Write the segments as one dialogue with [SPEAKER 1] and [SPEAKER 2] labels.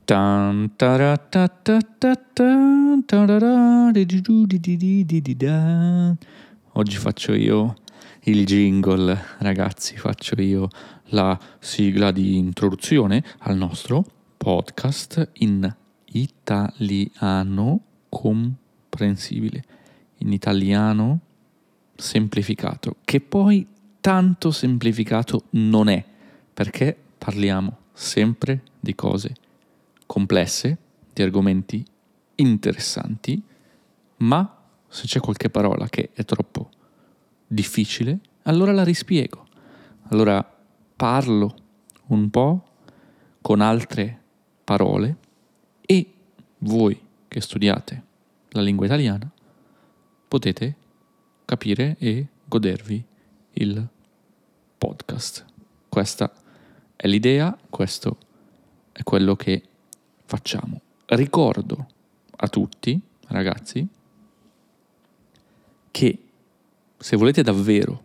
[SPEAKER 1] Tan, tara, ta, ta, ta, ta, tarara, di, di, da. Oggi faccio io il jingle, ragazzi, faccio io la sigla di introduzione al nostro podcast in italiano comprensibile, in italiano semplificato, che poi tanto semplificato non è, perché parliamo sempre di cose complesse, di argomenti interessanti, ma se c'è qualche parola che è troppo difficile, allora la rispiego. Allora parlo un po' con altre parole e voi che studiate la lingua italiana potete capire e godervi il podcast. Questa è l'idea, questo è quello che facciamo. Ricordo a tutti, ragazzi, che se volete davvero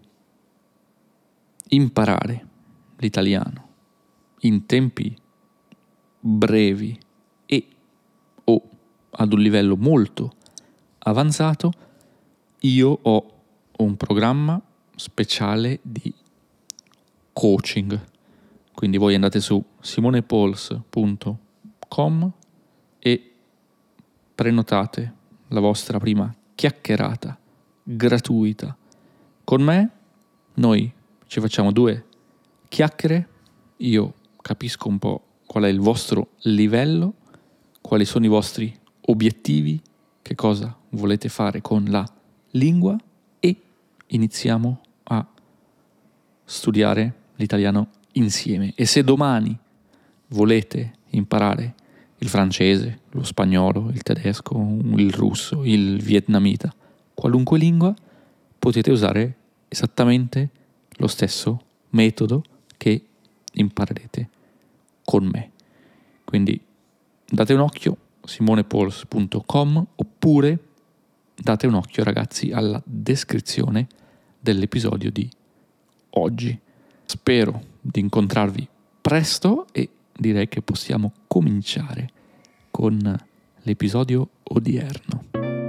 [SPEAKER 1] imparare l'italiano in tempi brevi e o ad un livello molto avanzato, io ho un programma speciale di coaching. Quindi voi andate su simonepols.com e prenotate la vostra prima chiacchierata gratuita con me. Noi ci facciamo 2 chiacchiere, io capisco un po' qual è il vostro livello, quali sono i vostri obiettivi, che cosa volete fare con la lingua e iniziamo a studiare l'italiano insieme. E se domani volete imparare il francese, lo spagnolo, il tedesco, il russo, il vietnamita, qualunque lingua, potete usare esattamente lo stesso metodo che imparerete con me. Quindi date un occhio simonepols.com oppure date un occhio, ragazzi, alla descrizione dell'episodio di oggi. Spero di incontrarvi presto e direi che possiamo cominciare con l'episodio odierno.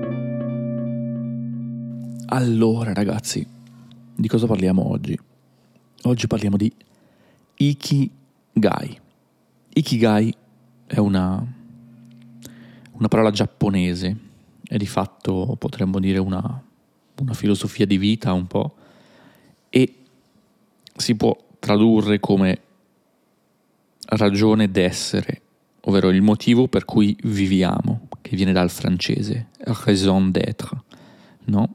[SPEAKER 1] Allora, ragazzi, di cosa parliamo oggi? Oggi parliamo di Ikigai. Ikigai è una parola giapponese, è di fatto, potremmo dire, una filosofia di vita un po', e si può tradurre come ragione d'essere, ovvero il motivo per cui viviamo, che viene dal francese, raison d'être, no?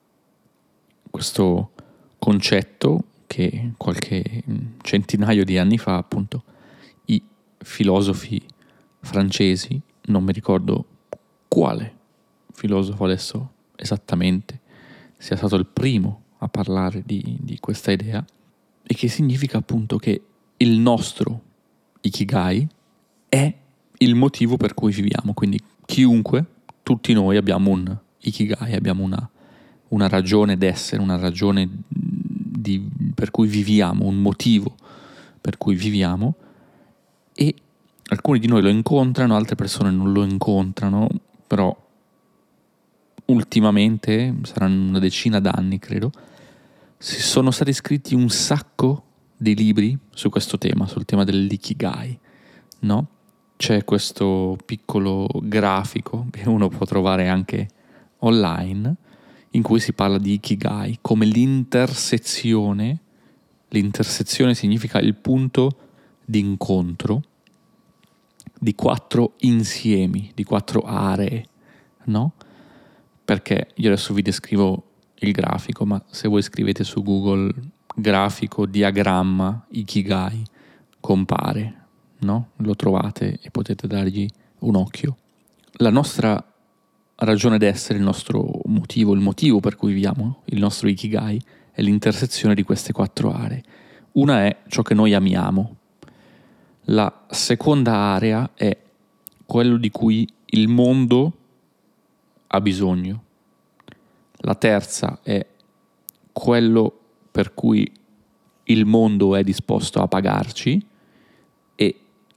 [SPEAKER 1] Questo concetto che qualche centinaio di anni fa, appunto, i filosofi francesi, non mi ricordo quale filosofo adesso esattamente sia stato il primo a parlare di questa idea, e che significa appunto che il nostro Ikigai è il motivo per cui viviamo. Quindi chiunque, tutti noi abbiamo un Ikigai, abbiamo una ragione d'essere, una ragione per cui viviamo, un motivo per cui viviamo, e alcuni di noi lo incontrano, altre persone non lo incontrano, però ultimamente, saranno una decina d'anni credo, si sono stati scritti un sacco di libri su questo tema, sul tema dell'ikigai, no? C'è questo piccolo grafico che uno può trovare anche online, in cui si parla di ikigai come l'intersezione. L'intersezione significa il punto di incontro di 4 insiemi, di 4 aree, no? Perché io adesso vi descrivo il grafico, ma se voi scrivete su Google grafico, diagramma, Ikigai, compare, no? Lo trovate e potete dargli un occhio. La nostra ragione d'essere, il nostro motivo, il motivo per cui viviamo, il nostro Ikigai, è l'intersezione di queste 4 aree. Una è ciò che noi amiamo. La seconda area è quello di cui il mondo ha bisogno. La terza è quello per cui il mondo è disposto a pagarci, e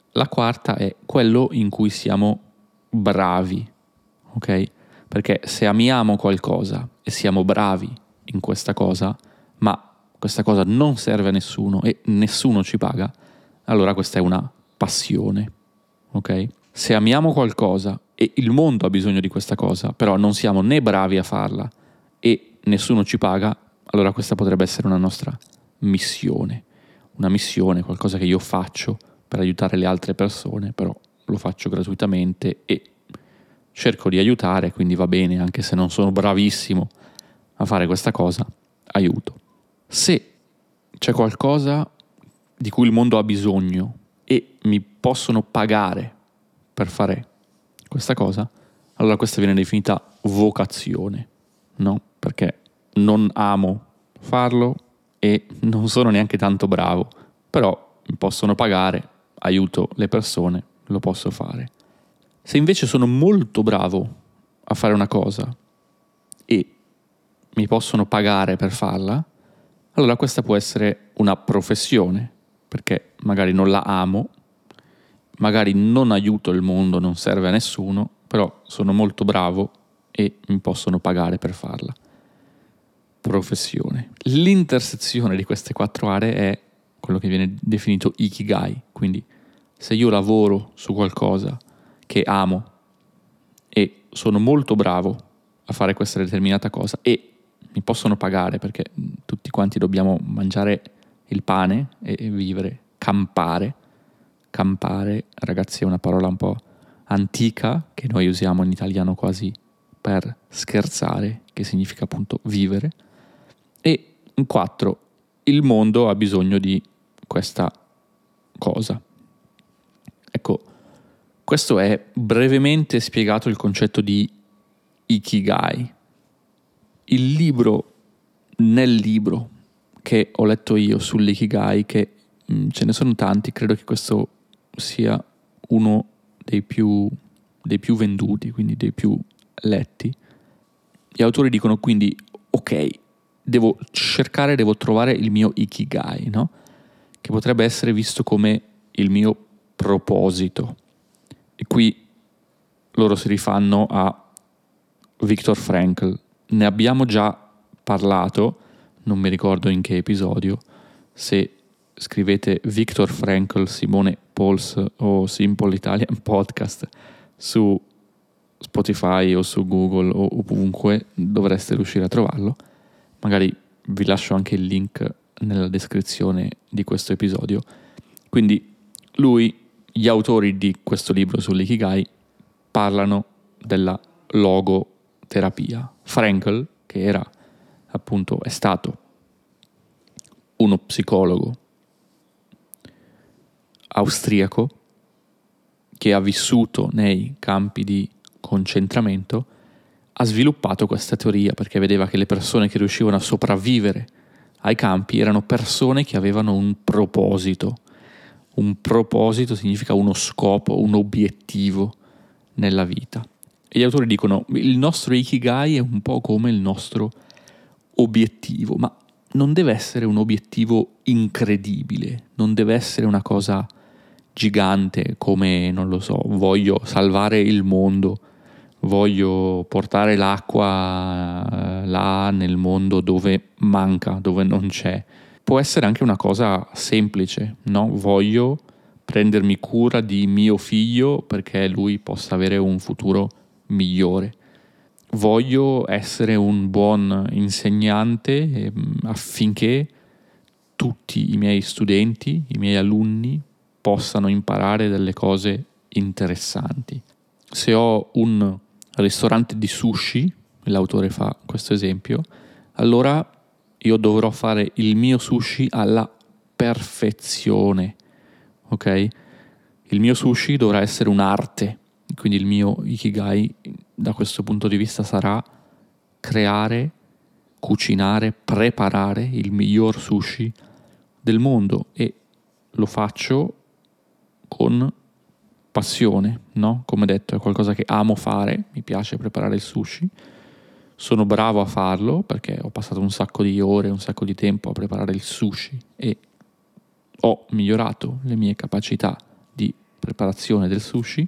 [SPEAKER 1] La quarta è quello in cui siamo bravi, ok? Perché se amiamo qualcosa e siamo bravi in questa cosa, ma questa cosa non serve a nessuno e nessuno ci paga, allora questa è una passione, ok? Se amiamo qualcosa e il mondo ha bisogno di questa cosa, però non siamo né bravi a farla e nessuno ci paga, allora questa potrebbe essere una nostra missione. Una missione, qualcosa che io faccio per aiutare le altre persone, però lo faccio gratuitamente e cerco di aiutare, quindi va bene, anche se non sono bravissimo a fare questa cosa, aiuto. Se c'è qualcosa di cui il mondo ha bisogno e mi possono pagare per fare questa cosa, allora questa viene definita vocazione, no? Perché non amo farlo e non sono neanche tanto bravo, però mi possono pagare, aiuto le persone, lo posso fare. Se invece sono molto bravo a fare una cosa e mi possono pagare per farla, allora questa può essere una professione, perché magari non la amo, magari non aiuto il mondo, non serve a nessuno, però sono molto bravo e mi possono pagare per farla. Professione. L'intersezione di queste 4 aree è quello che viene definito ikigai, quindi se io lavoro su qualcosa che amo e sono molto bravo a fare questa determinata cosa e mi possono pagare perché tutti quanti dobbiamo mangiare il pane e vivere, campare, ragazzi, è una parola un po' antica che noi usiamo in italiano quasi per scherzare, che significa appunto vivere. E in 4, il mondo ha bisogno di questa cosa. Ecco, questo è brevemente spiegato il concetto di ikigai. Nel libro che ho letto io sull'ikigai, che ce ne sono tanti, credo che questo sia uno dei più venduti, quindi dei più letti. Gli autori dicono quindi, ok, devo trovare il mio ikigai, no? Che potrebbe essere visto come il mio proposito. E qui loro si rifanno a Viktor Frankl. Ne abbiamo già parlato, non mi ricordo in che episodio. Se scrivete Viktor Frankl, Simone Pauls o Simple Italian Podcast su Spotify o su Google o ovunque, dovreste riuscire a trovarlo. Magari vi lascio anche il link nella descrizione di questo episodio. Quindi gli autori di questo libro sull'ikigai parlano della logoterapia. Frankl, che è stato uno psicologo austriaco che ha vissuto nei campi di concentramento, ha sviluppato questa teoria perché vedeva che le persone che riuscivano a sopravvivere ai campi erano persone che avevano un proposito. Un proposito significa uno scopo, un obiettivo nella vita. E gli autori dicono: il nostro ikigai è un po' come il nostro obiettivo, ma non deve essere un obiettivo incredibile, non deve essere una cosa gigante come, non lo so, voglio salvare il mondo, voglio portare l'acqua là nel mondo dove manca, dove non c'è. Può essere anche una cosa semplice, no? Voglio prendermi cura di mio figlio perché lui possa avere un futuro migliore. Voglio essere un buon insegnante affinché tutti i miei studenti, i miei alunni possano imparare delle cose interessanti. Se ho un ristorante di sushi, l'autore fa questo esempio, allora io dovrò fare il mio sushi alla perfezione, ok? Il mio sushi dovrà essere un'arte, quindi il mio ikigai da questo punto di vista sarà creare, cucinare, preparare il miglior sushi del mondo e lo faccio con passione, no? Come detto, è qualcosa che amo fare, mi piace preparare il sushi, sono bravo a farlo perché ho passato un sacco di ore, un sacco di tempo a preparare il sushi e ho migliorato le mie capacità di preparazione del sushi.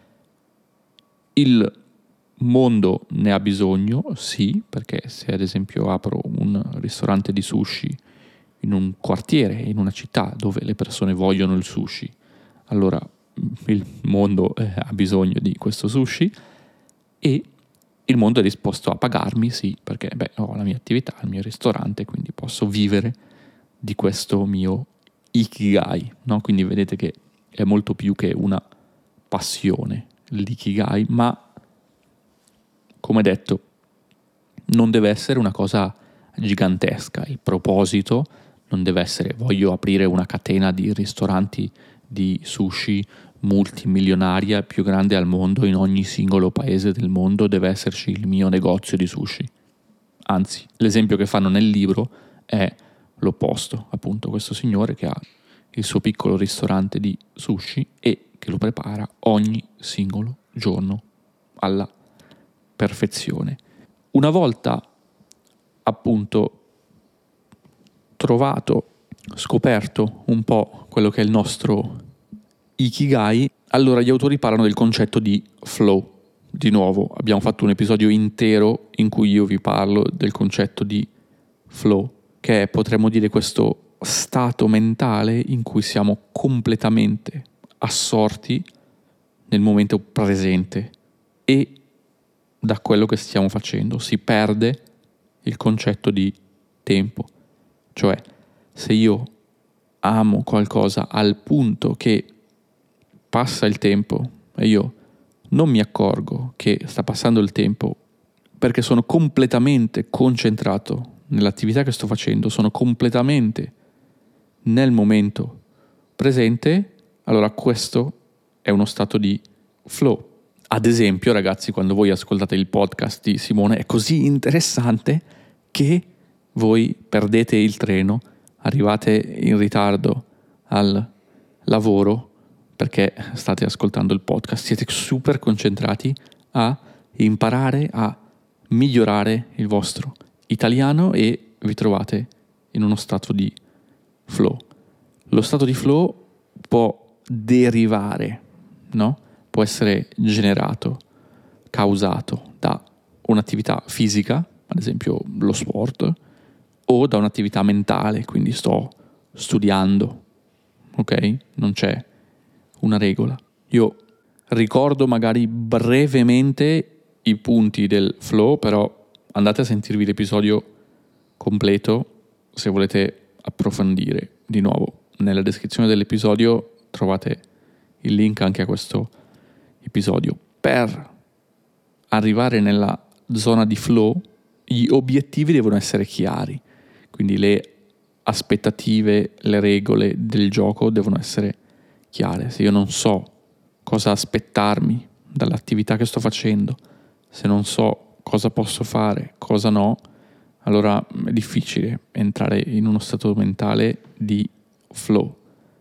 [SPEAKER 1] Il mondo ne ha bisogno, sì, perché se ad esempio apro un ristorante di sushi in un quartiere, in una città dove le persone vogliono il sushi, allora il mondo ha bisogno di questo sushi e il mondo è disposto a pagarmi, sì, perché ho la mia attività, il mio ristorante, quindi posso vivere di questo mio ikigai, no? Quindi vedete che è molto più che una passione l'ikigai, ma come detto non deve essere una cosa gigantesca. Il proposito non deve essere voglio aprire una catena di ristoranti di sushi multimilionaria più grande al mondo, in ogni singolo paese del mondo deve esserci il mio negozio di sushi. Anzi, l'esempio che fanno nel libro è l'opposto, appunto questo signore che ha il suo piccolo ristorante di sushi e che lo prepara ogni singolo giorno alla perfezione. Una volta appunto scoperto un po' quello che è il nostro ikigai, allora gli autori parlano del concetto di flow. Di nuovo, abbiamo fatto un episodio intero in cui io vi parlo del concetto di flow, che è, potremmo dire, questo stato mentale in cui siamo completamente assorti nel momento presente e da quello che stiamo facendo si perde il concetto di tempo. Cioè, se io amo qualcosa al punto che passa il tempo e io non mi accorgo che sta passando il tempo perché sono completamente concentrato nell'attività che sto facendo, sono completamente nel momento presente, allora questo è uno stato di flow. Ad esempio, ragazzi, quando voi ascoltate il podcast di Simone è così interessante che voi perdete il treno, arrivate in ritardo al lavoro perché state ascoltando il podcast, siete super concentrati a imparare a migliorare il vostro italiano e vi trovate in uno stato di flow. Lo stato di flow può derivare, no? Può essere generato, causato da un'attività fisica, ad esempio lo sport, o da un'attività mentale, quindi sto studiando, ok? Non c'è una regola. Io ricordo magari brevemente i punti del flow, però andate a sentirvi l'episodio completo se volete approfondire. Di nuovo, nella descrizione dell'episodio trovate il link anche a questo episodio. Per arrivare nella zona di flow, gli obiettivi devono essere chiari, quindi le aspettative, le regole del gioco devono essere chiare. Se io non so cosa aspettarmi dall'attività che sto facendo, se non so cosa posso fare, cosa no, allora è difficile entrare in uno stato mentale di flow.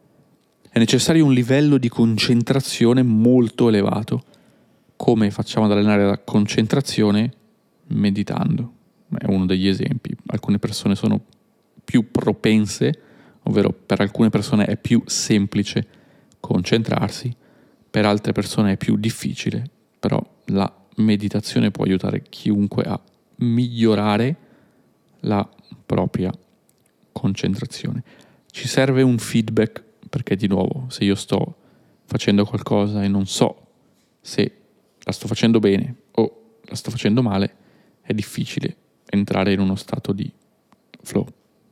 [SPEAKER 1] È necessario un livello di concentrazione molto elevato. Come facciamo ad allenare la concentrazione? Meditando. È uno degli esempi. Alcune persone sono più propense, ovvero per alcune persone è più semplice concentrarsi, per altre persone è più difficile, però la meditazione può aiutare chiunque a migliorare la propria concentrazione. Ci serve un feedback perché, di nuovo, se io sto facendo qualcosa e non so se la sto facendo bene o la sto facendo male, è difficile entrare in uno stato di flow.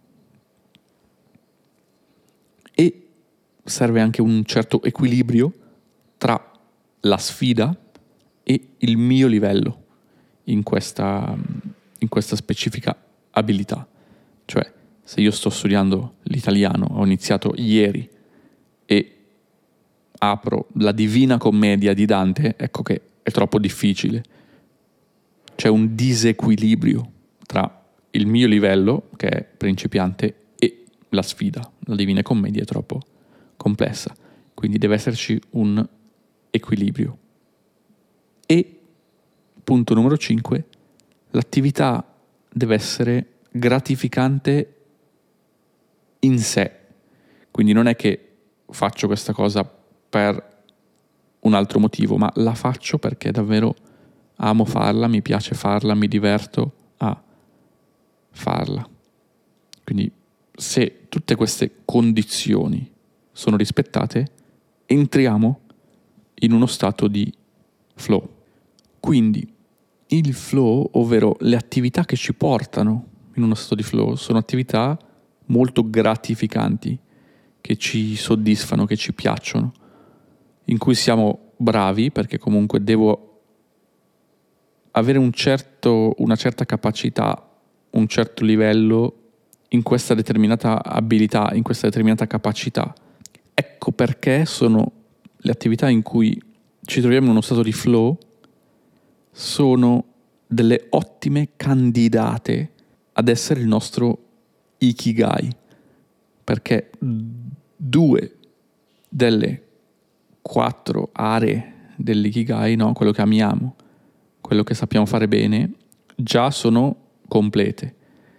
[SPEAKER 1] E serve anche un certo equilibrio tra la sfida e il mio livello in questa specifica abilità. Cioè, se io sto studiando l'italiano, ho iniziato ieri e apro la Divina Commedia di Dante, ecco che è troppo difficile. C'è un disequilibrio tra il mio livello, che è principiante, e la sfida. La Divina Commedia è troppo complessa, quindi deve esserci un equilibrio. E punto numero 5, l'attività deve essere gratificante in sé. Quindi non è che faccio questa cosa per un altro motivo, ma la faccio perché davvero amo farla, mi piace farla, mi diverto a farla. Quindi se tutte queste condizioni sono rispettate, entriamo in uno stato di flow. Quindi il flow, ovvero le attività che ci portano in uno stato di flow, sono attività molto gratificanti, che ci soddisfano, che ci piacciono, in cui siamo bravi, perché comunque devo avere una certa capacità, un certo livello in questa determinata abilità, in questa determinata capacità. Ecco perché sono le attività in cui ci troviamo in uno stato di flow, sono delle ottime candidate ad essere il nostro ikigai, perché 2 delle 4 aree dell'ikigai, no? Quello che amiamo, quello che sappiamo fare bene, già sono complete.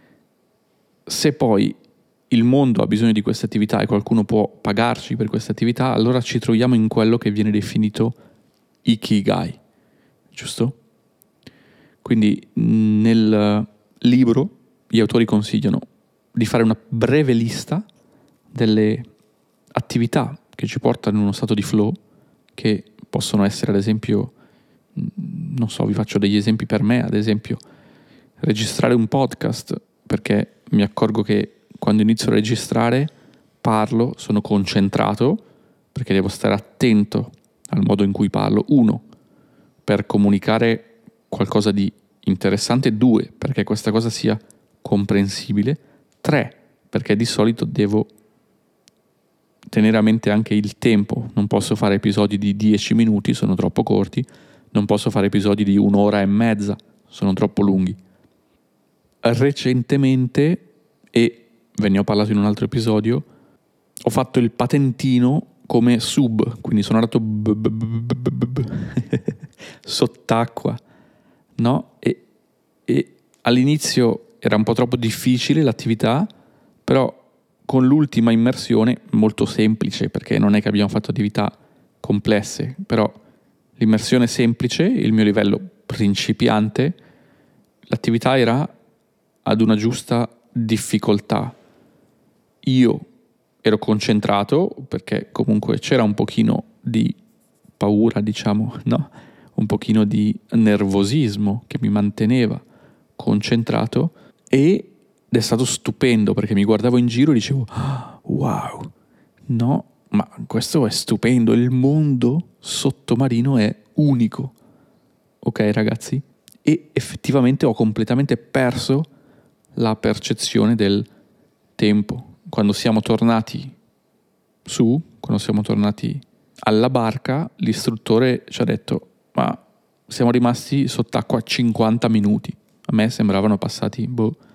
[SPEAKER 1] Se poi il mondo ha bisogno di queste attività e qualcuno può pagarci per queste attività, allora ci troviamo in quello che viene definito ikigai, giusto? Quindi nel libro gli autori consigliano di fare una breve lista delle attività che ci portano in uno stato di flow, che possono essere ad esempio, non so, vi faccio degli esempi per me, ad esempio registrare un podcast, perché mi accorgo che quando inizio a registrare parlo, sono concentrato, perché devo stare attento al modo in cui parlo, 1, per comunicare qualcosa di interessante, 2, perché questa cosa sia comprensibile, 3, perché di solito devo tenere a mente anche il tempo, non posso fare episodi di 10 minuti, sono troppo corti, non posso fare episodi di 1 ora e mezza, sono troppo lunghi. Recentemente, e ve ne ho parlato in un altro episodio, ho fatto il patentino come sub, quindi sono andato sott'acqua, no? E all'inizio era un po' troppo difficile l'attività, però con l'ultima immersione, molto semplice, perché non è che abbiamo fatto attività complesse, però l'immersione semplice, il mio livello principiante, l'attività era ad una giusta difficoltà. Io ero concentrato, perché comunque c'era un pochino di paura, diciamo, no? Un pochino di nervosismo che mi manteneva concentrato, ed è stato stupendo, perché mi guardavo in giro e dicevo wow, no, ma questo è stupendo, il mondo sottomarino è unico, ok ragazzi? E effettivamente ho completamente perso la percezione del tempo. Quando siamo tornati su, quando siamo tornati alla barca, l'istruttore ci ha detto ma siamo rimasti sott'acqua 50 minuti. A me sembravano passati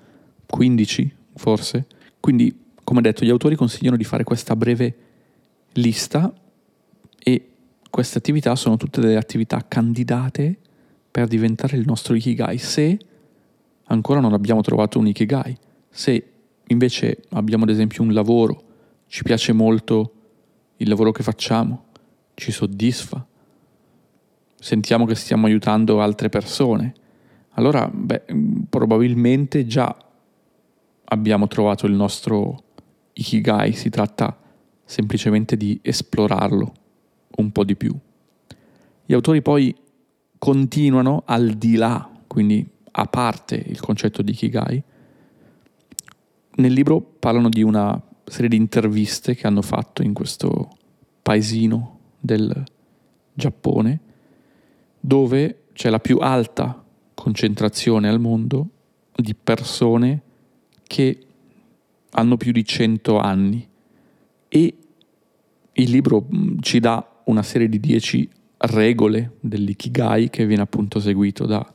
[SPEAKER 1] 15 forse. Quindi, come detto, gli autori consigliano di fare questa breve lista, e queste attività sono tutte delle attività candidate per diventare il nostro ikigai, se ancora non abbiamo trovato un ikigai. Se invece abbiamo ad esempio un lavoro, ci piace molto il lavoro che facciamo, ci soddisfa, sentiamo che stiamo aiutando altre persone, allora probabilmente già abbiamo trovato il nostro ikigai, si tratta semplicemente di esplorarlo un po' di più. Gli autori poi continuano al di là, quindi a parte il concetto di ikigai. Nel libro parlano di una serie di interviste che hanno fatto in questo paesino del Giappone, dove c'è la più alta concentrazione al mondo di persone che hanno più di 100 anni, e il libro ci dà una serie di 10 regole dell'ikigai che viene appunto seguito da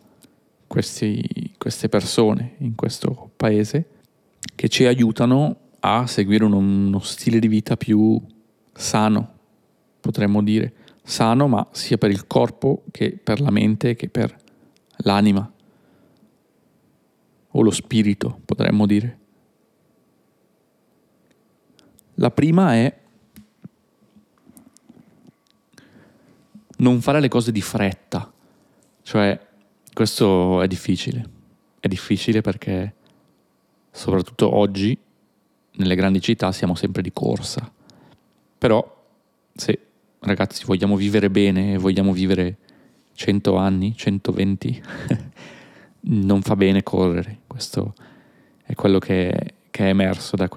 [SPEAKER 1] queste persone in questo paese, che ci aiutano a seguire uno stile di vita più sano, potremmo dire. Sano, ma sia per il corpo che per la mente che per l'anima o lo spirito, potremmo dire. La prima è non fare le cose di fretta. Cioè, questo è difficile. È difficile perché, soprattutto oggi, nelle grandi città siamo sempre di corsa. Però, se ragazzi vogliamo vivere bene, vogliamo vivere 100 anni, 120, non fa bene correre. Questo è quello che è emerso da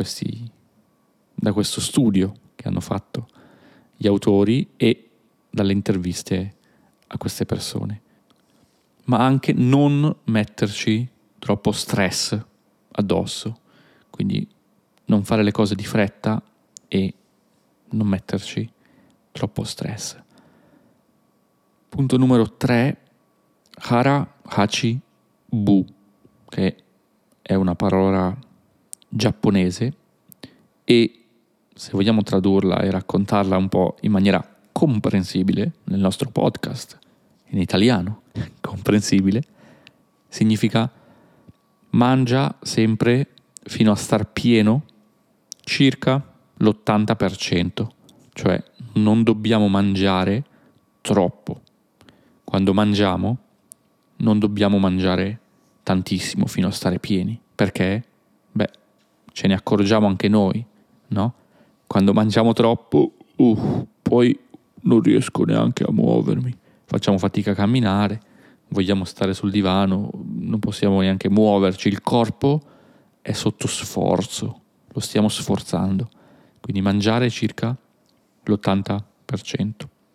[SPEAKER 1] questo studio che hanno fatto gli autori e dalle interviste a queste persone. Ma anche non metterci troppo stress addosso, quindi non fare le cose di fretta e non metterci troppo stress. Punto numero 3, hara hachi bu, che è una parola giapponese e, se vogliamo tradurla e raccontarla un po' in maniera comprensibile nel nostro podcast, in italiano, comprensibile, significa mangia sempre fino a star pieno circa l'80%, cioè non dobbiamo mangiare troppo. Quando mangiamo non dobbiamo mangiare tantissimo fino a stare pieni, perché, ce ne accorgiamo anche noi, no? Quando mangiamo troppo, poi non riesco neanche a muovermi, facciamo fatica a camminare, vogliamo stare sul divano, non possiamo neanche muoverci, il corpo è sotto sforzo, lo stiamo sforzando, quindi mangiare circa l'80%.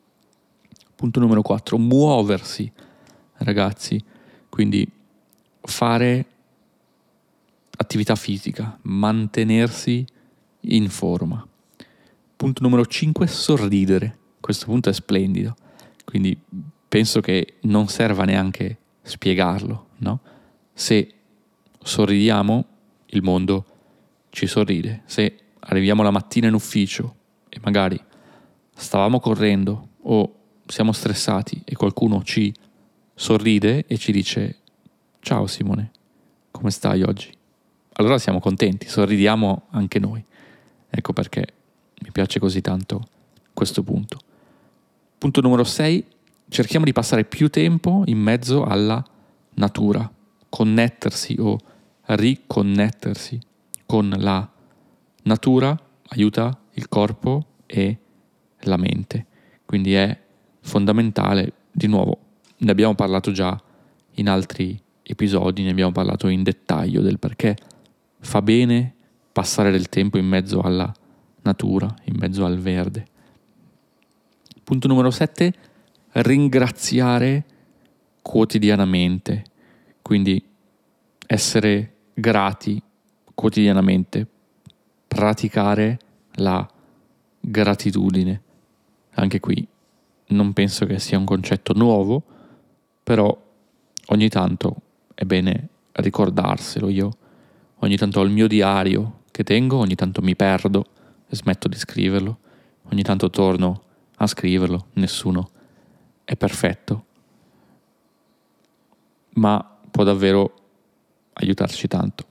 [SPEAKER 1] Punto numero 4, muoversi, ragazzi, quindi fare attività fisica, mantenersi in forma. Punto numero 5, sorridere. Questo punto è splendido, quindi penso che non serva neanche spiegarlo, no? Se sorridiamo, il mondo ci sorride. Se arriviamo la mattina in ufficio e magari stavamo correndo o siamo stressati e qualcuno ci sorride e ci dice ciao Simone, come stai oggi? Allora siamo contenti, sorridiamo anche noi. Ecco perché mi piace così tanto questo punto. Punto numero 6, cerchiamo di passare più tempo in mezzo alla natura, connettersi o riconnettersi con la natura aiuta il corpo e la mente, quindi è fondamentale. Di nuovo, ne abbiamo parlato già in altri episodi, ne abbiamo parlato in dettaglio del perché fa bene passare del tempo in mezzo alla natura, in mezzo al verde. Punto numero 7, ringraziare quotidianamente, quindi essere grati quotidianamente, praticare la gratitudine. Anche qui non penso che sia un concetto nuovo, però ogni tanto è bene ricordarselo. Io ogni tanto ho il mio diario che tengo, ogni tanto mi perdo e smetto di scriverlo, ogni tanto torno a scriverlo, nessuno è perfetto, ma può davvero aiutarci tanto.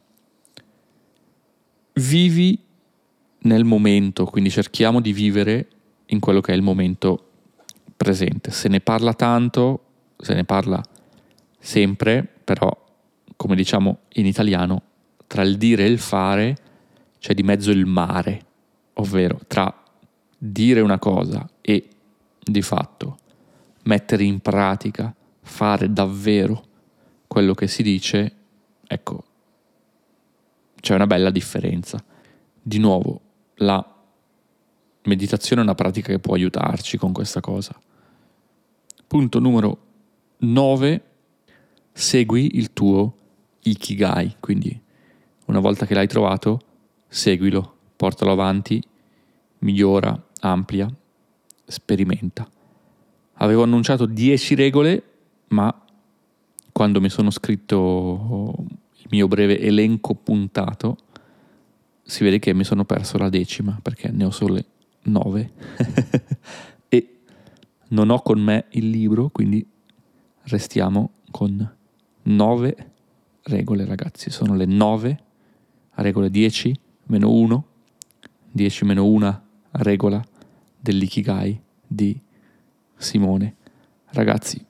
[SPEAKER 1] Vivi nel momento, quindi cerchiamo di vivere in quello che è il momento presente. Se ne parla tanto, se ne parla sempre, però, come diciamo in italiano, tra il dire e il fare c'è di mezzo il mare, ovvero tra dire una cosa e di fatto mettere in pratica, fare davvero quello che si dice, ecco, c'è una bella differenza. Di nuovo, la meditazione è una pratica che può aiutarci con questa cosa. Punto numero 9, segui il tuo Ikigai, quindi una volta che l'hai trovato, seguilo, portalo avanti, migliora, amplia, sperimenta. Avevo annunciato 10 regole, ma quando mi sono scritto il mio breve elenco puntato, si vede che mi sono perso la 10ª, perché ne ho solo 9. E non ho con me il libro, quindi restiamo con 9 regole, ragazzi. Sono le 9 regole 10 meno 1, 10 meno 1 regola dell'Ikigai di Simone. Ragazzi,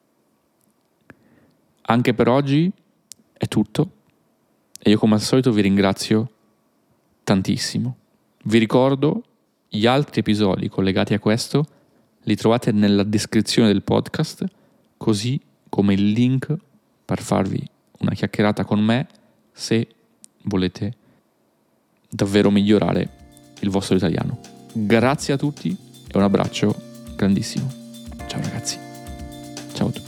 [SPEAKER 1] anche per oggi è tutto e io come al solito vi ringrazio tantissimo. Vi ricordo gli altri episodi collegati a questo li trovate nella descrizione del podcast, così come il link per farvi una chiacchierata con me se volete davvero migliorare il vostro italiano. Grazie a tutti e un abbraccio grandissimo. Ciao ragazzi. Ciao a tutti.